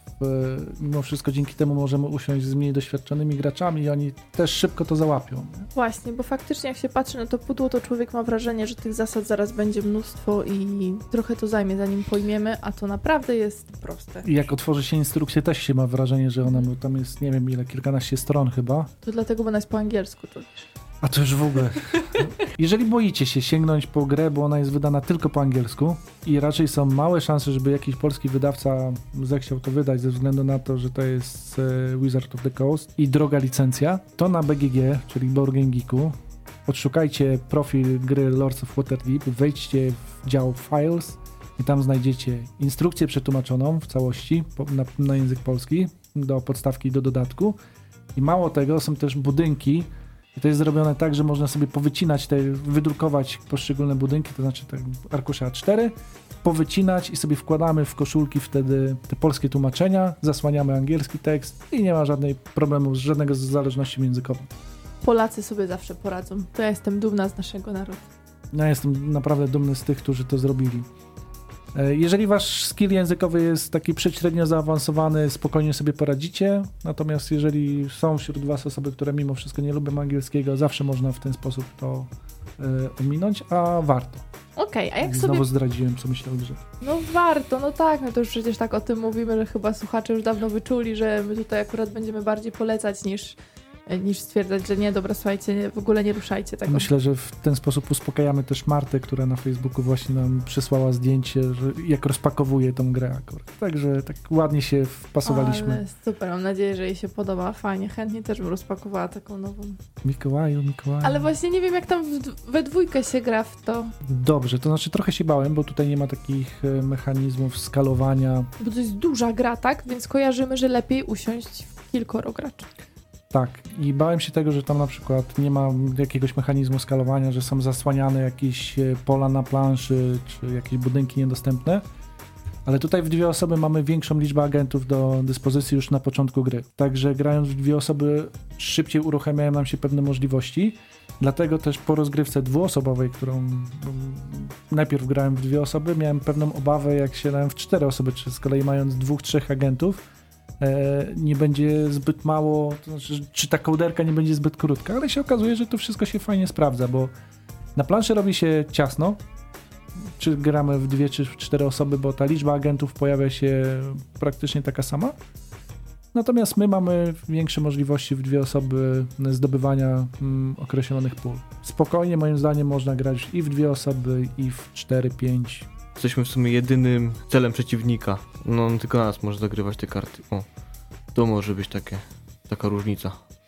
mimo wszystko dzięki temu możemy usiąść z mniej doświadczonymi graczami i oni też szybko to załapią. Właśnie, bo faktycznie jak się patrzy na to pudło, to człowiek ma wrażenie, że tych zasad zaraz będzie mnóstwo i trochę to zajmie, zanim pojmiemy, a to naprawdę jest proste. I jak otworzy się instrukcję, też się ma wrażenie, że ona tam jest, nie wiem ile, kilkanaście stron chyba. To dlatego, bo ona jest po angielsku, to wiesz. A to już w ogóle. Jeżeli boicie się sięgnąć po grę, bo ona jest wydana tylko po angielsku i raczej są małe szanse, żeby jakiś polski wydawca zechciał to wydać ze względu na to, że to jest Wizard of the Coast i droga licencja, to na BGG, czyli Board Game Geeku, odszukajcie profil gry Lords of Waterdeep, wejdźcie w dział Files i tam znajdziecie instrukcję przetłumaczoną w całości na język polski do podstawki i do dodatku i mało tego, są też budynki. I to jest zrobione tak, że można sobie powycinać wydrukować poszczególne budynki, to znaczy te arkusze A4, powycinać i sobie wkładamy w koszulki wtedy te polskie tłumaczenia, zasłaniamy angielski tekst i nie ma żadnej problemu, żadnego zależności językową. Polacy sobie zawsze poradzą. To ja jestem dumna z naszego narodu. Ja jestem naprawdę dumny z tych, którzy to zrobili. Jeżeli wasz skill językowy jest taki przedśrednio zaawansowany, spokojnie sobie poradzicie, natomiast jeżeli są wśród was osoby, które mimo wszystko nie lubią angielskiego, zawsze można w ten sposób to ominąć, a warto. Okej, a jak Znowu sobie... zdradziłem, co myślę o grze. No warto, no tak, no to już przecież tak o tym mówimy, że chyba słuchacze już dawno wyczuli, że my tutaj akurat będziemy bardziej polecać niż stwierdzać, że nie, dobra, słuchajcie, w ogóle nie ruszajcie tego. Myślę, że w ten sposób uspokajamy też Martę, która na Facebooku właśnie nam przysłała zdjęcie, że jak rozpakowuje tą grę akurat. Także tak ładnie się wpasowaliśmy. Ale super, mam nadzieję, że jej się podoba. Fajnie, chętnie też bym rozpakowała taką nową. Mikołaju. Ale właśnie nie wiem, jak tam we dwójkę się gra w to. Dobrze, to znaczy trochę się bałem, bo tutaj nie ma takich mechanizmów skalowania. Bo to jest duża gra, tak? Więc kojarzymy, że lepiej usiąść w kilkoro graczy. Tak, i bałem się tego, że tam na przykład nie ma jakiegoś mechanizmu skalowania, że są zasłaniane jakieś pola na planszy, czy jakieś budynki niedostępne, ale tutaj w dwie osoby mamy większą liczbę agentów do dyspozycji już na początku gry. Także grając w dwie osoby szybciej uruchamiają nam się pewne możliwości, dlatego też po rozgrywce dwuosobowej, którą najpierw grałem w dwie osoby, miałem pewną obawę, jak się grałem w 4 osoby, czy z kolei mając 2-3 agentów, nie będzie zbyt mało, to znaczy, czy ta kołderka nie będzie zbyt krótka, ale się okazuje, że to wszystko się fajnie sprawdza, bo na planszy robi się ciasno, czy gramy w 2 czy w 4 osoby, bo ta liczba agentów pojawia się praktycznie taka sama, natomiast my mamy większe możliwości w 2 osoby zdobywania określonych pól. Spokojnie moim zdaniem można grać i w 2 osoby, i w 4-5. Jesteśmy w sumie jedynym celem przeciwnika. No on tylko na nas może zagrywać te karty. O, to może być taka różnica.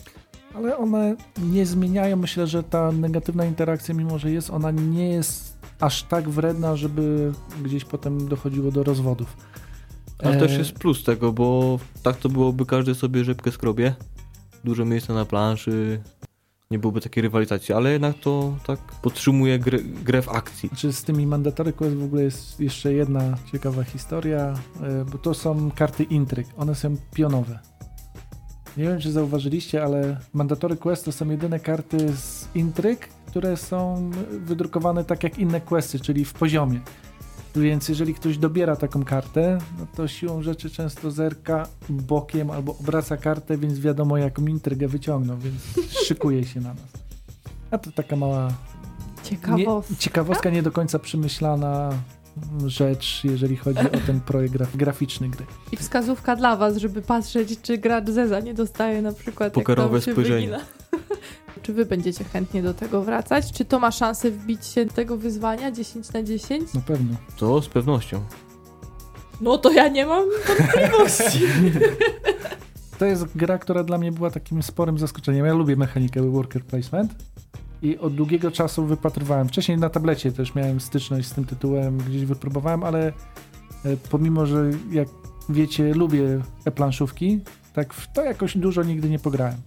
Ale one nie zmieniają, myślę, że ta negatywna interakcja, mimo że jest, ona nie jest aż tak wredna, żeby gdzieś potem dochodziło do rozwodów. Ale też jest plus tego, bo tak to byłoby każdy sobie rzepkę skrobie. Dużo miejsca na planszy. Nie byłoby takiej rywalizacji, ale jednak to tak podtrzymuje grę w akcji. Znaczy z tymi Mandatory Quest w ogóle jest jeszcze jedna ciekawa historia, bo to są karty intryg, one są pionowe. Nie wiem, czy zauważyliście, ale Mandatory Quest to są jedyne karty z intryg, które są wydrukowane tak jak inne questy, czyli w poziomie. Więc jeżeli ktoś dobiera taką kartę, no to siłą rzeczy często zerka bokiem albo obraca kartę, więc wiadomo jaką intrygę wyciągną, więc szykuje się na nas. A to taka mała ciekawostka nie do końca przemyślana rzecz, jeżeli chodzi o ten projekt graficzny gry. I wskazówka dla was, żeby patrzeć, czy gracz Zeza nie dostaje na przykład pokerowe jak tam się spojrzenie. wygina. Czy wy będziecie chętnie do tego wracać? Czy to ma szansę wbić się do tego wyzwania 10/10? Na pewno. To z pewnością. No to ja nie mam wątpliwości. To jest gra, która dla mnie była takim sporym zaskoczeniem. Ja lubię mechanikę worker placement i od długiego czasu wypatrywałem. Wcześniej na tablecie też miałem styczność z tym tytułem, gdzieś wypróbowałem, ale pomimo, że jak wiecie, lubię e-planszówki, tak w to jakoś dużo nigdy nie pograłem.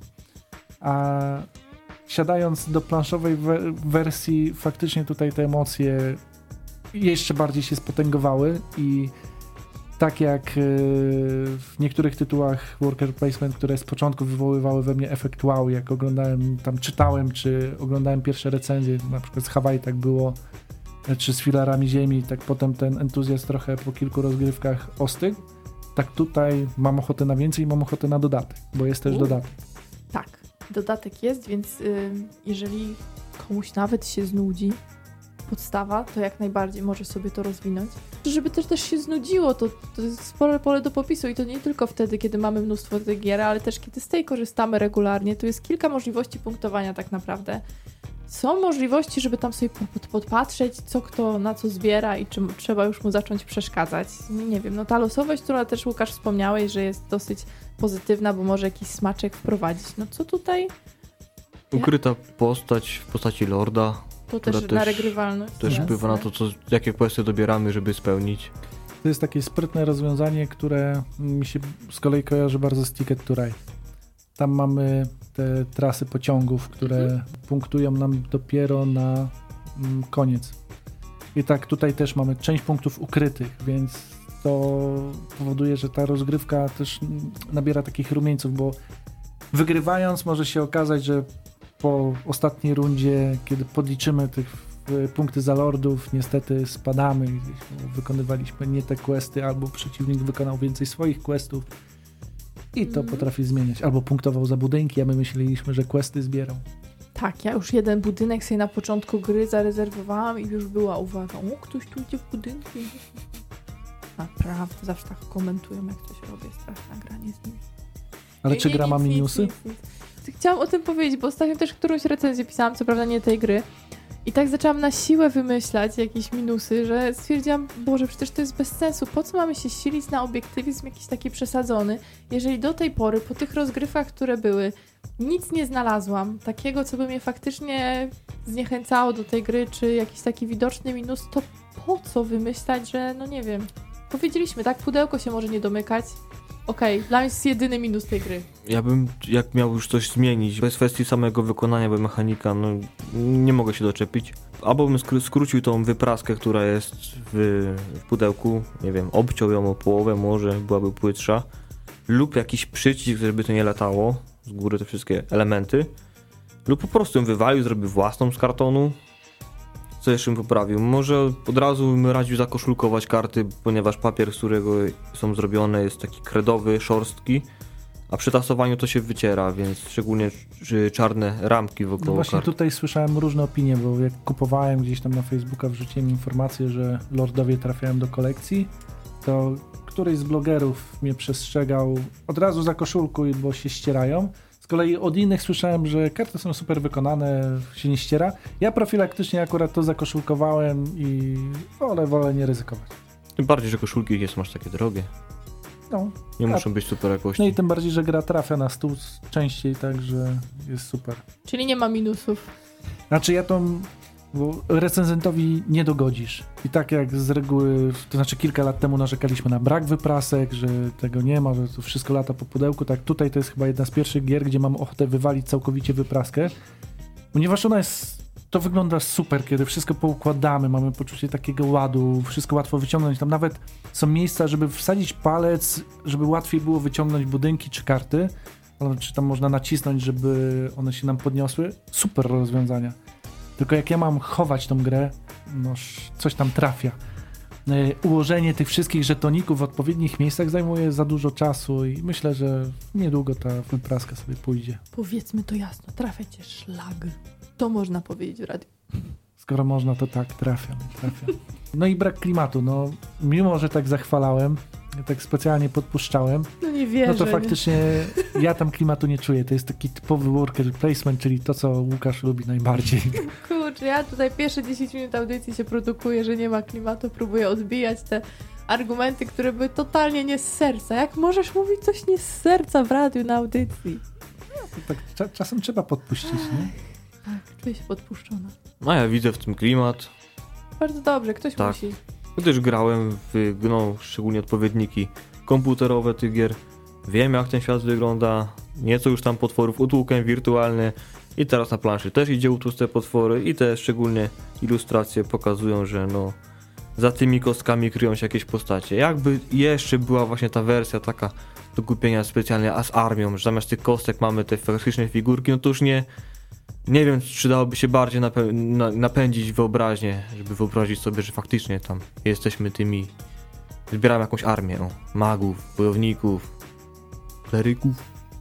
A siadając do planszowej wersji, faktycznie tutaj te emocje jeszcze bardziej się spotęgowały i tak jak w niektórych tytułach worker placement, które z początku wywoływały we mnie efekt wow, jak oglądałem, tam czytałem, czy oglądałem pierwsze recenzje, na przykład z Hawaii tak było, czy z Filarami Ziemi, tak potem ten entuzjazm trochę po kilku rozgrywkach ostygł, tak tutaj mam ochotę na więcej i mam ochotę na dodatek, bo jest też dodatek. Tak, dodatek jest, więc jeżeli komuś nawet się znudzi podstawa, to jak najbardziej może sobie to rozwinąć. Żeby też się znudziło, to jest spore pole do popisu i to nie tylko wtedy, kiedy mamy mnóstwo tych gier, ale też kiedy z tej korzystamy regularnie. Tu jest kilka możliwości punktowania tak naprawdę. Są możliwości, żeby tam sobie podpatrzeć, co kto na co zbiera i czy trzeba już mu zacząć przeszkadzać. Nie wiem, no ta losowość, która też Łukasz wspomniałeś, że jest dosyć pozytywna, bo może jakiś smaczek wprowadzić. No co tutaj? Ukryta postać w postaci Lorda. To też na regrywalność. Też wpływa na to, jakie questy dobieramy, żeby spełnić. To jest takie sprytne rozwiązanie, które mi się z kolei kojarzy bardzo z Ticket to Ride. Tam mamy te trasy pociągów, które punktują nam dopiero na koniec. I tak tutaj też mamy część punktów ukrytych, więc to powoduje, że ta rozgrywka też nabiera takich rumieńców, bo wygrywając może się okazać, że po ostatniej rundzie, kiedy podliczymy tych punkty za lordów, niestety spadamy, wykonywaliśmy nie te questy, albo przeciwnik wykonał więcej swoich questów i to potrafi zmieniać. Albo punktował za budynki, a my myśleliśmy, że questy zbierał. Tak, ja już jeden budynek sobie na początku gry zarezerwowałam i już była uwaga, ktoś tu idzie w budynki. Naprawdę, zawsze tak komentują, jak coś robię, straszna gra, nie z nimi. Ale czy gra ma minusy? Nic. Chciałam o tym powiedzieć, bo ostatnio też którąś recenzję pisałam, co prawda nie tej gry. I tak zaczęłam na siłę wymyślać jakieś minusy, że stwierdziłam, Boże, przecież to jest bez sensu. Po co mamy się silić na obiektywizm jakiś taki przesadzony, jeżeli do tej pory, po tych rozgrywkach, które były, nic nie znalazłam takiego, co by mnie faktycznie zniechęcało do tej gry, czy jakiś taki widoczny minus, to po co wymyślać, że no nie wiem. Powiedzieliśmy, tak, pudełko się może nie domykać. Okej, dla mnie jest jedyny minus tej gry. Ja bym, jak miał już coś zmienić, bez kwestii samego wykonania, bo mechanika, no nie mogę się doczepić. Albo bym skrócił tą wypraskę, która jest w pudełku, nie wiem, obciął ją o połowę, może byłaby płytsza. Lub jakiś przycisk, żeby to nie latało, z góry te wszystkie elementy. Lub po prostu ją wywalił, zrobił własną z kartonu. Co jeszcze bym poprawił? Może od razu bym radził zakoszulkować karty, ponieważ papier, z którego są zrobione, jest taki kredowy, szorstki, a przy tasowaniu to się wyciera, więc szczególnie czarne ramki wokół No właśnie kart. tutaj słyszałem różne opinie, bo jak kupowałem gdzieś tam na Facebooka, wrzuciłem informację, że lordowie trafiają do kolekcji, to któryś z blogerów mnie przestrzegał, od razu zakoszulkuj, bo się ścierają. Z kolei od innych słyszałem, że karty są super wykonane, się nie ściera. Ja profilaktycznie akurat to zakoszulkowałem i wolę nie ryzykować. Tym bardziej, że koszulki nie są aż takie drogie. No, Nie muszą być super jakości. no i tym bardziej, że gra trafia na stół częściej, także jest super. Czyli nie ma minusów. Znaczy bo recenzentowi nie dogodzisz. I tak jak z reguły, to znaczy kilka lat temu narzekaliśmy na brak wyprasek, że tego nie ma, że to wszystko lata po pudełku, tak tutaj to jest chyba jedna z pierwszych gier, gdzie mam ochotę wywalić całkowicie wypraskę, ponieważ to wygląda super, kiedy wszystko poukładamy, mamy poczucie takiego ładu, wszystko łatwo wyciągnąć, tam nawet są miejsca, żeby wsadzić palec, żeby łatwiej było wyciągnąć budynki czy karty, czy tam można nacisnąć, żeby one się nam podniosły. Super rozwiązania. Tylko jak ja mam chować tą grę, no coś tam trafia. Ułożenie tych wszystkich żetoników w odpowiednich miejscach zajmuje za dużo czasu i myślę, że niedługo ta wypraska sobie pójdzie. Powiedzmy to jasno, trafia cię szlag. To można powiedzieć w radiu. Skoro można, to tak, trafia. No i brak klimatu, no mimo, że tak zachwalałem, tak specjalnie podpuszczałem, No nie wierzę. no to faktycznie ja tam klimatu nie czuję. To jest taki typowy worker placement, czyli to, co Łukasz lubi najbardziej. Kurczę, ja tutaj pierwsze 10 minut audycji się produkuję, że nie ma klimatu, próbuję odbijać te argumenty, które były totalnie nie z serca. Jak możesz mówić coś nie z serca w radiu na audycji? To tak czasem trzeba podpuścić, nie? Tak, czuję się podpuszczona. No ja widzę w tym klimat. Bardzo dobrze, ktoś Tak. musi. Ja też grałem w, no, szczególnie odpowiedniki komputerowe tych gier. Wiem, jak ten świat wygląda. Nieco już tam potworów utłukę wirtualny. I teraz na planszy też idzie utłuste potwory. I te szczególnie ilustracje pokazują, że no za tymi kostkami kryją się jakieś postacie. Jakby jeszcze była właśnie ta wersja taka do kupienia specjalnie, a z armią, że zamiast tych kostek mamy te faktyczne figurki, no to już nie wiem, czy dałoby się bardziej napędzić wyobraźnię, żeby wyobrazić sobie, że faktycznie tam jesteśmy tymi, zbieramy jakąś armię, magów, wojowników, kleryków.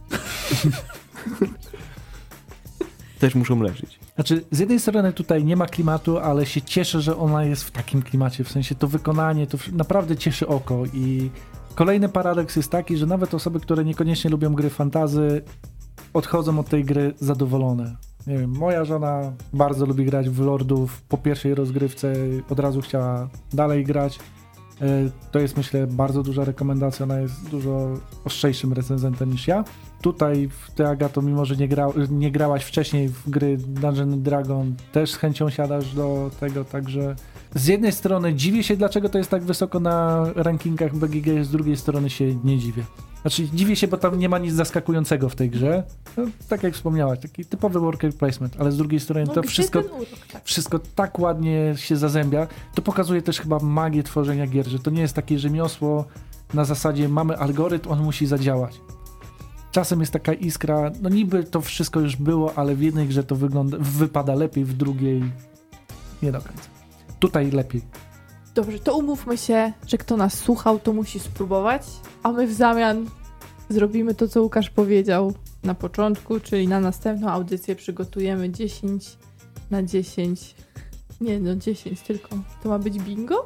Też muszą leżeć. Znaczy, z jednej strony tutaj nie ma klimatu, ale się cieszę, że ona jest w takim klimacie, w sensie to wykonanie, to naprawdę cieszy oko i kolejny paradoks jest taki, że nawet osoby, które niekoniecznie lubią gry fantasy, odchodzą od tej gry zadowolone. Nie wiem, moja żona bardzo lubi grać w Lordów, po pierwszej rozgrywce od razu chciała dalej grać. To jest, myślę, bardzo duża rekomendacja, ona jest dużo ostrzejszym recenzentem niż ja. Tutaj ty, Agato, mimo że nie grałaś wcześniej w gry Dungeon & Dragon, też z chęcią siadasz do tego, także z jednej strony dziwię się, dlaczego to jest tak wysoko na rankingach BGG, z drugiej strony się nie dziwię. Znaczy dziwię się, bo tam nie ma nic zaskakującego w tej grze. No, tak jak wspomniałaś, taki typowy worker placement, ale z drugiej strony No, to gdzie wszystko, ten urok, tak. wszystko tak ładnie się zazębia. To pokazuje też chyba magię tworzenia gier, że to nie jest takie rzemiosło na zasadzie mamy algorytm, on musi zadziałać. Czasem jest taka iskra, no niby to wszystko już było, ale w jednej grze to wypada lepiej, w drugiej nie do końca. Tutaj lepiej. Dobrze, to umówmy się, że kto nas słuchał, to musi spróbować, a my w zamian zrobimy to, co Łukasz powiedział na początku, czyli na następną audycję przygotujemy 10/10. Nie, no 10 tylko. To ma być bingo?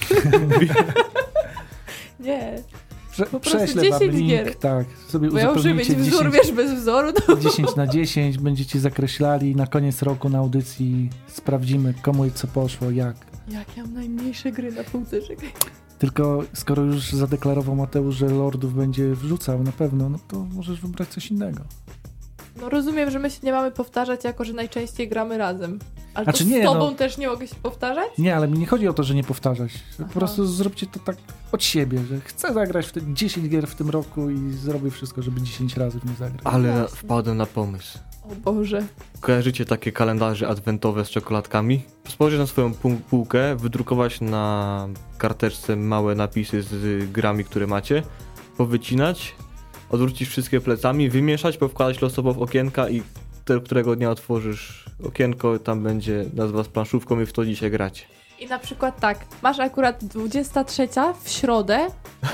Nie. Po prostu Prześlę wam 10 link, gier. tak, sobie Bo ja muszę mieć uzupełnijcie wzór, 10, wiesz, bez wzoru. To... 10/10, będziecie zakreślali, na koniec roku na audycji sprawdzimy, komu i co poszło, jak. Jak ja mam najmniejsze gry na półce, czekaj. Tylko skoro już zadeklarował Mateusz, że Lordów będzie wrzucał na pewno, no to możesz wybrać coś innego. No rozumiem, że my się nie mamy powtarzać, jako że najczęściej gramy razem. Ale Znaczy to z nie, tobą no. też nie mogę się powtarzać? Nie, ale mi nie chodzi o to, że nie powtarzać. Aha. Po prostu zróbcie to tak od siebie, że chcę zagrać w te 10 gier w tym roku i zrobię wszystko, żeby 10 razy w nie zagrać. Ale Właśnie. wpadłem na pomysł. O Boże. Kojarzycie takie kalendarze adwentowe z czekoladkami? Spojrzeć na swoją półkę, wydrukować na karteczce małe napisy z grami, które macie, powycinać, odwrócić wszystkie plecami, wymieszać, powkładać losowo w okienka i którego dnia otworzysz okienko, tam będzie nazwa z planszówką i w to dzisiaj grać. I na przykład tak, masz akurat 23 w środę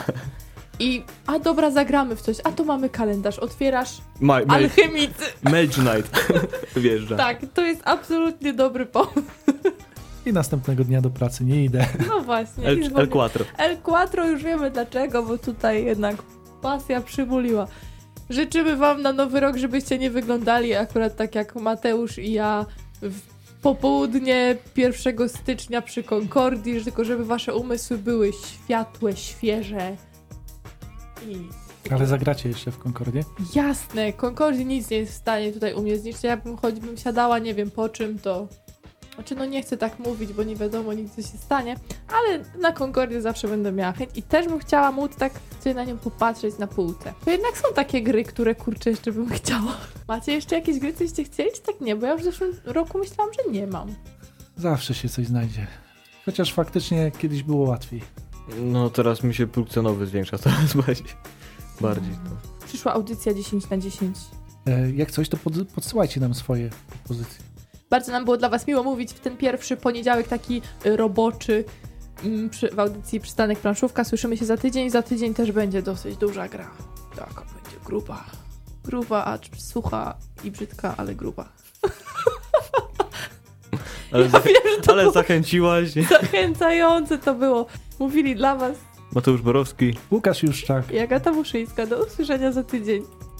i a dobra, zagramy w coś, a to mamy kalendarz, otwierasz Alchemicy. Mage Night wjeżdża. Tak, to jest absolutnie dobry pomysł. I następnego dnia do pracy nie idę. No właśnie. El Quattro. El Quattro już wiemy dlaczego, bo tutaj jednak pasja przymuliła. Życzymy wam na nowy rok, żebyście nie wyglądali akurat tak jak Mateusz i ja w popołudnie 1 stycznia przy Concordii, tylko żeby wasze umysły były światłe, świeże i... Ale zagracie jeszcze w Concordzie? Jasne, Concordii nic nie jest w stanie tutaj u mnie zniszczyć. Ja bym choćbym siadała, nie wiem po czym, to... Znaczy, no nie chcę tak mówić, bo nie wiadomo nigdy co się stanie, ale na Concordię zawsze będę miała chęć i też bym chciała móc tak sobie na nią popatrzeć na półce. To jednak są takie gry, które kurczę jeszcze bym chciała. Macie jeszcze jakieś gry, coście chcieli, czy tak nie? Bo ja już w zeszłym roku myślałam, że nie mam. Zawsze się coś znajdzie. Chociaż faktycznie kiedyś było łatwiej. No teraz mi się próg cenowy zwiększa coraz bardziej. To. Przyszła audycja 10/10. Jak coś, to podsyłajcie nam swoje propozycje. Bardzo nam było dla was miło mówić w ten pierwszy poniedziałek taki roboczy w audycji Przystanek Planszówka. Słyszymy się za tydzień. Za tydzień też będzie dosyć duża gra. Taka będzie gruba. Gruba, a sucha i brzydka, ale gruba. Ale zachęciłaś. Zachęcające to było. Mówili dla was Mateusz Borowski. Łukasz Juszczak. i Agata Muszyńska. Do usłyszenia za tydzień.